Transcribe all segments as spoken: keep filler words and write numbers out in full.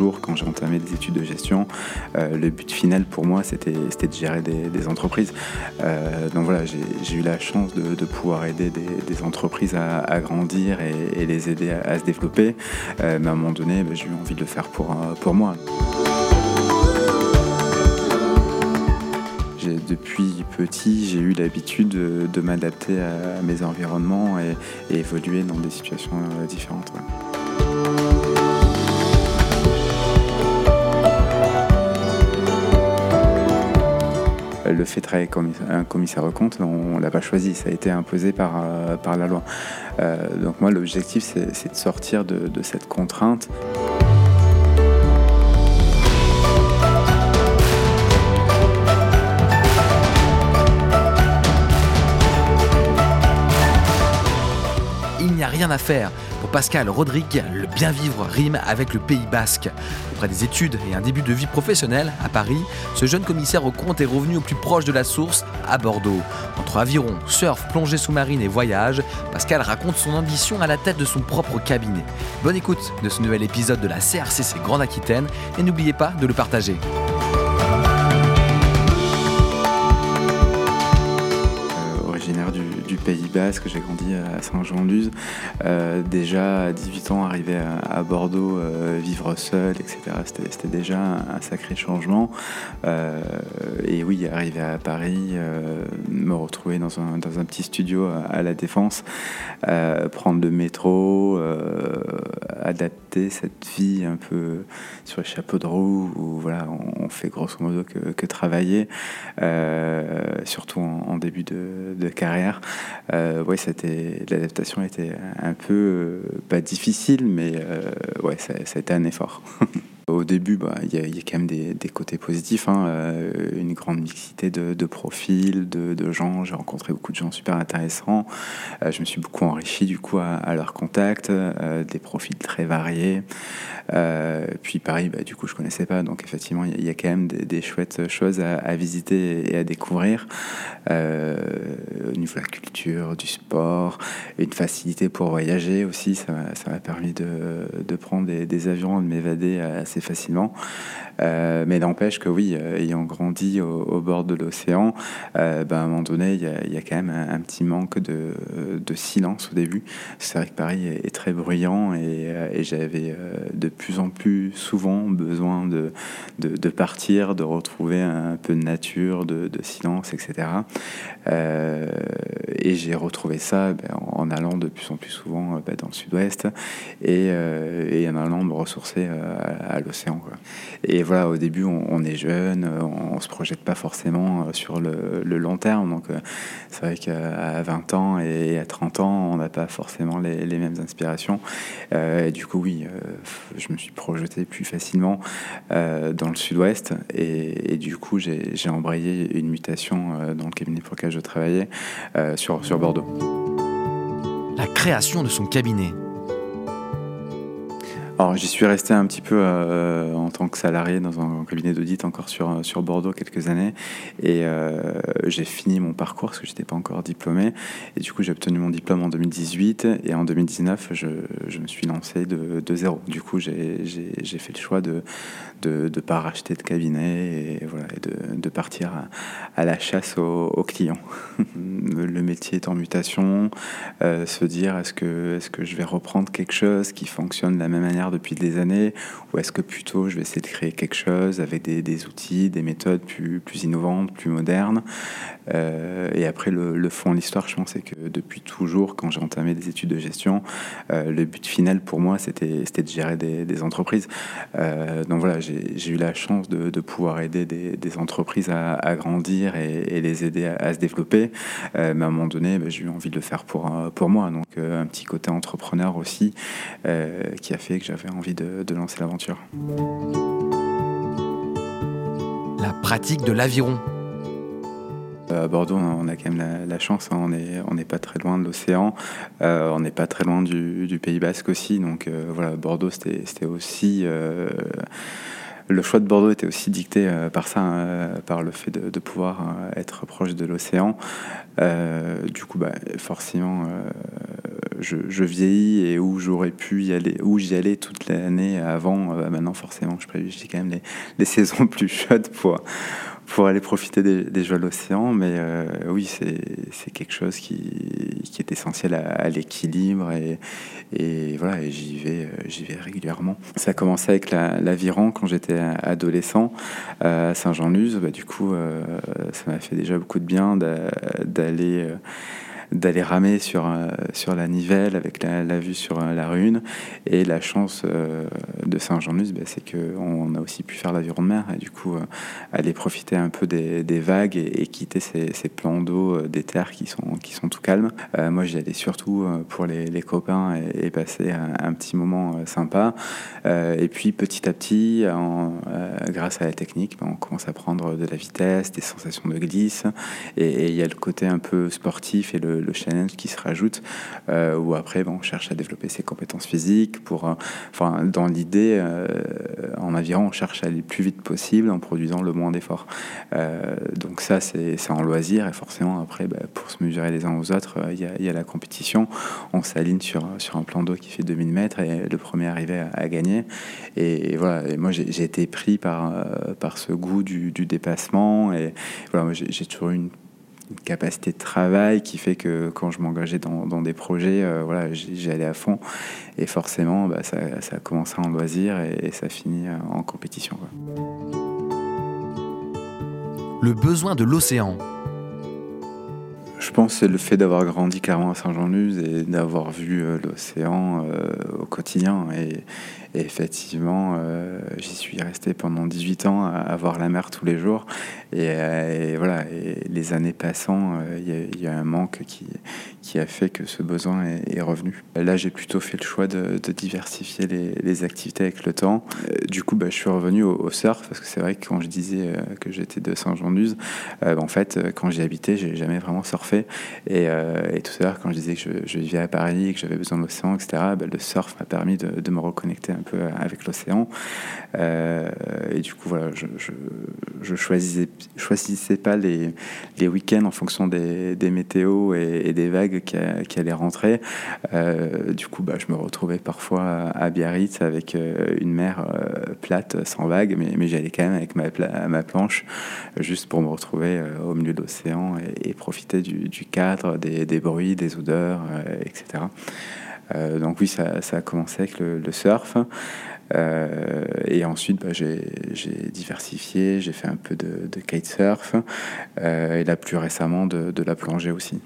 toujours, quand j'ai entamé des études de gestion, euh, le but final pour moi, c'était, c'était de gérer des, des entreprises. Euh, donc voilà, j'ai, j'ai eu la chance de, de pouvoir aider des, des entreprises à, à grandir et, et les aider à, à se développer. Euh, mais à un moment donné, ben, j'ai eu envie de le faire pour, pour moi. J'ai, depuis petit, j'ai eu l'habitude de, de m'adapter à mes environnements et, et évoluer dans des situations euh, différentes. Ouais. Le fait de travailler comme un commissaire aux comptes, on ne l'a pas choisi, ça a été imposé par, euh, par la loi. Euh, donc moi, l'objectif, c'est, c'est de sortir de, de cette contrainte. Il n'y a rien à faire. Pour Pascal Rodrigue, le bien vivre rime avec le Pays basque. Après des études et un début de vie professionnelle à Paris, ce jeune commissaire aux comptes est revenu au plus proche de la source, à Bordeaux. Entre aviron, surf, plongée sous-marine et voyage, Pascal raconte son ambition à la tête de son propre cabinet. Bonne écoute de ce nouvel épisode de la C R C C Grande Aquitaine et n'oubliez pas de le partager. Originaire du, du Pays basque, j'ai grandi à Saint-Jean-de-Luz. Euh, déjà à dix-huit ans, arrivé à, à Bordeaux, euh, vivre seul, et cetera. C'était, c'était déjà un, un sacré changement. Euh, et oui, arrivé à Paris, euh, me retrouver dans un, dans un petit studio à, à la Défense, euh, prendre le métro, euh, adapter cette vie un peu sur les chapeaux de roue, où voilà, on, on fait grosso modo que, que travailler, euh, surtout en, en début de, de carrière. Euh, ouais, c'était, l'adaptation était un peu, euh, pas difficile, mais euh, ouais, ça, ça a été un effort. Au début, bah, y a, y a quand même des, des côtés positifs, hein, euh, une grande mixité de, de profils, de, de gens. J'ai rencontré beaucoup de gens super intéressants. Euh, je me suis beaucoup enrichi du coup à, à leur contact, euh, des profils très variés. Euh, puis Paris, bah, du coup, je connaissais pas, donc effectivement, il y, y a quand même des, des chouettes choses à, à visiter et à découvrir. Euh, au niveau de la culture, du sport, une facilité pour voyager aussi, ça m'a, ça m'a permis de, de prendre des, des avions, de m'évader assez facilement. Euh, mais n'empêche que oui, euh, ayant grandi au, au bord de l'océan, euh, ben, à un moment donné, il y a, y a quand même un, un petit manque de, de silence au début. C'est vrai que Paris est, est très bruyant et, euh, et j'avais euh, de plus en plus souvent besoin de, de, de partir, de retrouver un peu de nature, de, de silence, et cetera. Euh, et j'ai retrouvé ça ben, en, en allant de plus en plus souvent ben, dans le sud-ouest et, euh, et en allant me ressourcer euh, à, à l'océan, quoi. Et voilà, au début, on, on est jeune, on, on se projette pas forcément sur le, le long terme. Donc, euh, c'est vrai qu'à vingt ans et à trente ans, on n'a pas forcément les, les mêmes inspirations. Euh, et du coup, oui, euh, je me suis projeté plus facilement euh, dans le sud-ouest. Et, et du coup, j'ai, j'ai embrayé une mutation euh, dans le cabinet pour lequel je travaillais euh, sur, sur Bordeaux. La création de son cabinet. Alors, j'y suis resté un petit peu euh, en tant que salarié dans un cabinet d'audit encore sur, sur Bordeaux quelques années. Et euh, j'ai fini mon parcours parce que je n'étais pas encore diplômé. Et du coup, j'ai obtenu mon diplôme en deux mille dix-huit. Et en deux mille dix-neuf, je, je me suis lancé de, de zéro. Du coup, j'ai, j'ai, j'ai fait le choix de de ne pas racheter de cabinet et, voilà, et de, de partir à, à la chasse aux, aux clients. Le métier est en mutation. Euh, se dire, est-ce que, est-ce que je vais reprendre quelque chose qui fonctionne de la même manière depuis des années, ou est-ce que plutôt je vais essayer de créer quelque chose avec des, des outils, des méthodes plus, plus innovantes, plus modernes. Euh, et après, le, le fond de l'histoire, je pense, c'est que depuis toujours, quand j'ai entamé des études de gestion, euh, le but final pour moi, c'était, c'était de gérer des, des entreprises. Euh, donc voilà, j'ai, j'ai eu la chance de, de pouvoir aider des, des entreprises à, à grandir et, et les aider à, à se développer. Euh, mais à un moment donné, ben, j'ai eu envie de le faire pour, pour moi. Donc euh, un petit côté entrepreneur aussi, euh, qui a fait que j'avais envie de, de lancer l'aventure. La pratique de l'aviron. À Bordeaux, on a quand même la, la chance, hein, on est, on n'est pas très loin de l'océan, euh, on n'est pas très loin du, du Pays basque aussi, donc euh, voilà, Bordeaux, c'était, c'était aussi... Euh, le choix de Bordeaux était aussi dicté euh, par ça, euh, par le fait de, de pouvoir euh, être proche de l'océan. Euh, du coup, bah, forcément, euh, je, je vieillis et où j'aurais pu y aller, où j'y allais toute l'année avant. Euh, maintenant, forcément, je privilégie quand même les, les saisons plus chaudes pour, pour aller profiter des, des joies de l'océan. Mais euh, oui, c'est, c'est quelque chose qui, qui est essentiel à, à l'équilibre et, et voilà, et j'y vais, j'y vais régulièrement. Ça a commencé avec la, l'aviron quand j'étais adolescent à Saint-Jean-Luz. Bah, du coup, euh, ça m'a fait déjà beaucoup de bien d'a, d'aller... Euh, d'aller ramer sur, euh, sur la Nivelle avec la, la vue sur euh, la Rhune. Et la chance euh, de Saint-Jean-de-Luz, bah, c'est qu'on a aussi pu faire l'aviron de mer et du coup euh, aller profiter un peu des, des vagues et, et quitter ces, ces plans d'eau euh, des terres qui sont, qui sont tout calmes. Euh, moi, j'y allais surtout euh, pour les, les copains et, et passer un, un petit moment euh, sympa. Euh, et puis petit à petit, en, euh, grâce à la technique, bah, on commence à prendre de la vitesse, des sensations de glisse et il y a le côté un peu sportif et le le challenge qui se rajoute, euh, où après bon, on cherche à développer ses compétences physiques pour, euh, enfin, dans l'idée euh, en aviron on cherche à aller le plus vite possible en produisant le moins d'efforts, euh, donc ça c'est, c'est en loisir et forcément après bah, pour se mesurer les uns aux autres il euh, y, y a la compétition, on s'aligne sur, sur un plan d'eau qui fait deux mille mètres et le premier arrivé à, à gagner et, et voilà, et moi j'ai, j'ai été pris par, euh, par ce goût du, du dépassement et voilà, moi, j'ai, j'ai toujours eu une une capacité de travail qui fait que quand je m'engageais dans, dans des projets, euh, voilà, j'y, j'y allais à fond. Et forcément, bah, ça, ça a commencé en loisir et, et ça finit en compétition, quoi. Le besoin de l'océan. Je pense que c'est le fait d'avoir grandi carrément à Saint-Jean-de-Luz et d'avoir vu euh, l'océan euh, au quotidien. Et, et effectivement, euh, j'y suis resté pendant dix-huit ans à, à voir la mer tous les jours. Et, euh, et voilà, et les années passant, il euh, y, y a un manque qui, qui a fait que ce besoin est, est revenu. Là, j'ai plutôt fait le choix de, de diversifier les, les activités avec le temps. Euh, du coup, bah, je suis revenu au, au surf parce que c'est vrai que quand je disais euh, que j'étais de Saint-Jean-de-Luz, euh, en fait, quand j'y habitais, j'ai jamais vraiment surfé. Et, euh, et tout à l'heure, quand je disais que je, je vivais à Paris et que j'avais besoin de l'océan, et cetera, bah, le surf m'a permis de, de me reconnecter un peu avec l'océan. Euh, et du coup, voilà, je, je, je choisissais, choisissais pas les, les week-ends en fonction des, des météos et, et des vagues qui, a, qui allaient rentrer. Euh, du coup, bah, je me retrouvais parfois à Biarritz avec euh, une mer euh, plate, sans vagues, mais, mais j'allais quand même avec ma, pla- ma planche, juste pour me retrouver euh, au milieu de l'océan et, et profiter du, du cadre, des, des bruits, des odeurs, euh, et cetera. Euh, donc oui, ça, ça a commencé avec le, le surf. Euh, et ensuite, bah, j'ai, j'ai diversifié, j'ai fait un peu de, de kitesurf euh, et là plus récemment de, de la plongée aussi.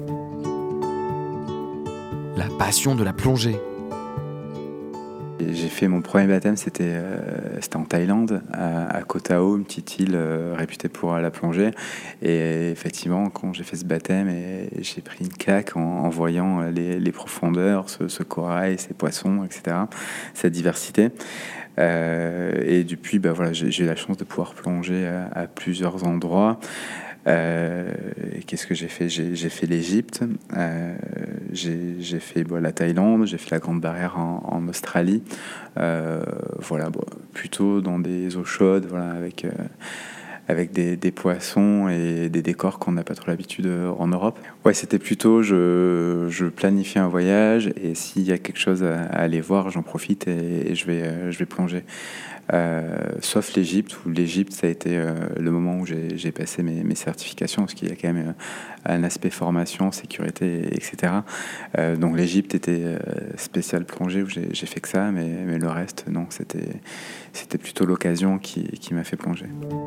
La passion de la plongée. Et j'ai fait mon premier baptême, c'était, euh, c'était en Thaïlande, à, à Koh Tao, une petite île euh, réputée pour la plongée. Et effectivement, quand j'ai fait ce baptême, et j'ai pris une claque en, en voyant les, les profondeurs, ce, ce corail, ces poissons, et cetera, cette diversité. Euh, et depuis, bah, voilà, j'ai, j'ai eu la chance de pouvoir plonger à, à plusieurs endroits. Euh, qu'est-ce que j'ai fait j'ai, j'ai fait l'Égypte, euh, j'ai, j'ai fait bon, la Thaïlande, j'ai fait la Grande Barrière en, en Australie. Euh, voilà, bon, plutôt dans des eaux chaudes, voilà, avec euh, avec des, des poissons et des décors qu'on n'a pas trop l'habitude en Europe. Ouais, c'était plutôt, je, je planifie un voyage et s'il y a quelque chose à, à aller voir, j'en profite et, et je vais, euh, je vais plonger. Euh, sauf l'Égypte, où l'Égypte, ça a été euh, le moment où j'ai, j'ai passé mes, mes certifications, parce qu'il y a quand même euh, un aspect formation, sécurité, et cetera. Euh, donc l'Égypte était euh, spécial plongée, où j'ai, j'ai fait que ça, mais, mais le reste, non, c'était, c'était plutôt l'occasion qui, qui m'a fait plonger.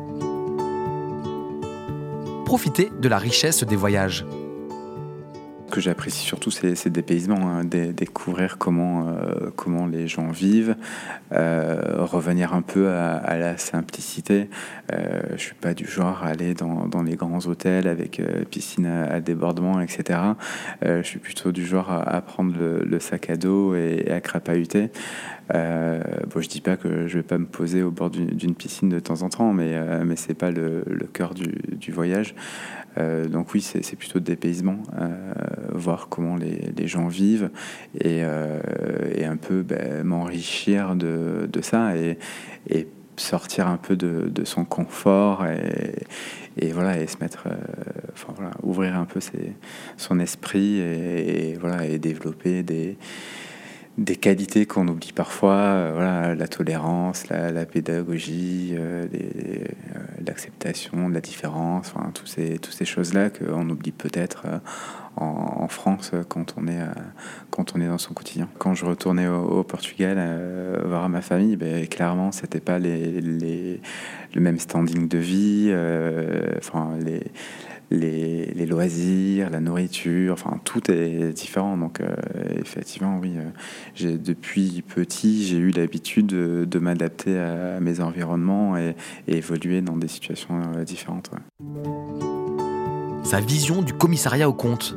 Profiter de la richesse des voyages. Ce que j'apprécie surtout, c'est, c'est le dépaysement, hein, dé- découvrir comment, euh, comment les gens vivent, euh, revenir un peu à, à la simplicité. Euh, je suis pas du genre à aller dans, dans les grands hôtels avec euh, piscine à, à débordement, et cetera. Euh, je suis plutôt du genre à, à prendre le, le sac à dos et, et à crapahuter. Euh, bon, je dis pas que je vais pas me poser au bord d'une, d'une piscine de temps en temps, mais, euh, mais c'est pas le, le cœur du, du voyage. Euh, donc oui, c'est, c'est plutôt de dépaysement, euh, voir comment les, les gens vivent et, euh, et un peu ben, m'enrichir de, de ça et, et sortir un peu de, de son confort et, et voilà et se mettre euh, enfin, voilà, ouvrir un peu ses, son esprit et, et, voilà, et développer des, des qualités qu'on oublie parfois, euh, voilà, la tolérance, la, la pédagogie, euh, les, euh, l'acceptation de la différence, enfin, tous ces, toutes ces choses-là qu'on oublie peut-être euh, en, en France quand on, est, euh, quand on est dans son quotidien. Quand je retournais au, au Portugal euh, voir ma famille, ben, clairement, c'était pas les, les, le même standing de vie, euh, enfin, les Les, les loisirs, la nourriture, enfin tout est différent. Donc euh, effectivement, oui, euh, j'ai, depuis petit, j'ai eu l'habitude de, de m'adapter à mes environnements et, et évoluer dans des situations euh, différentes. Ouais. Sa vision du commissariat aux comptes.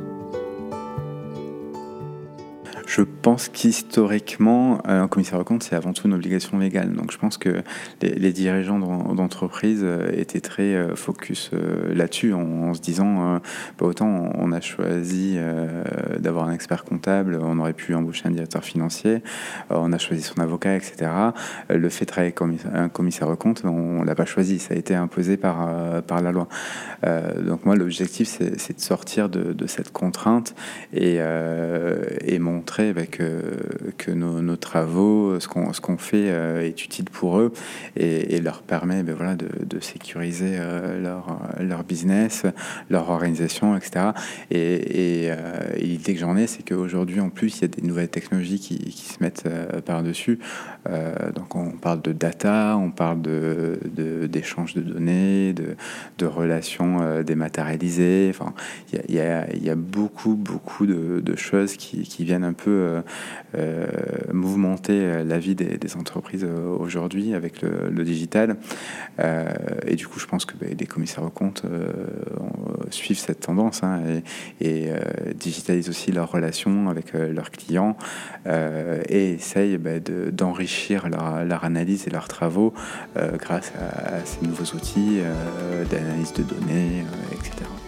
Je pense qu'historiquement, un commissaire aux comptes, c'est avant tout une obligation légale. Donc je pense que les, les dirigeants d'entreprise étaient très focus là-dessus, en, en se disant, euh, bah, autant on a choisi euh, d'avoir un expert comptable, on aurait pu embaucher un directeur financier, euh, on a choisi son avocat, et cetera. Le fait de travailler comme un commissaire aux comptes, on ne l'a pas choisi, ça a été imposé par, euh, par la loi. Euh, donc moi, l'objectif, c'est, c'est de sortir de, de cette contrainte et, euh, et montrer que, que nos, nos travaux, ce qu'on, ce qu'on fait euh, est utile pour eux et, et leur permet ben, voilà, de, de sécuriser euh, leur, leur business, leur organisation, et cetera. Et, et, euh, et l'idée que j'en ai, c'est qu'aujourd'hui, en plus, il y a des nouvelles technologies qui, qui se mettent euh, par-dessus. Euh, donc on parle de data, on parle de, de, d'échange de données, de, de relations euh, dématérialisées. Enfin, il y a, y a, y a beaucoup, beaucoup de, de choses qui, qui viennent un peu euh, euh, mouvementer la vie des, des entreprises aujourd'hui avec le, le digital. Euh, et du coup, je pense que bah, les commissaires aux comptes euh, suivent cette tendance hein, et, et euh, digitalisent aussi leurs relations avec euh, leurs clients euh, et essayent bah, de, d'enrichir leur, leur analyse et leurs travaux euh, grâce à, à ces nouveaux outils euh, d'analyse de données, euh, et cetera.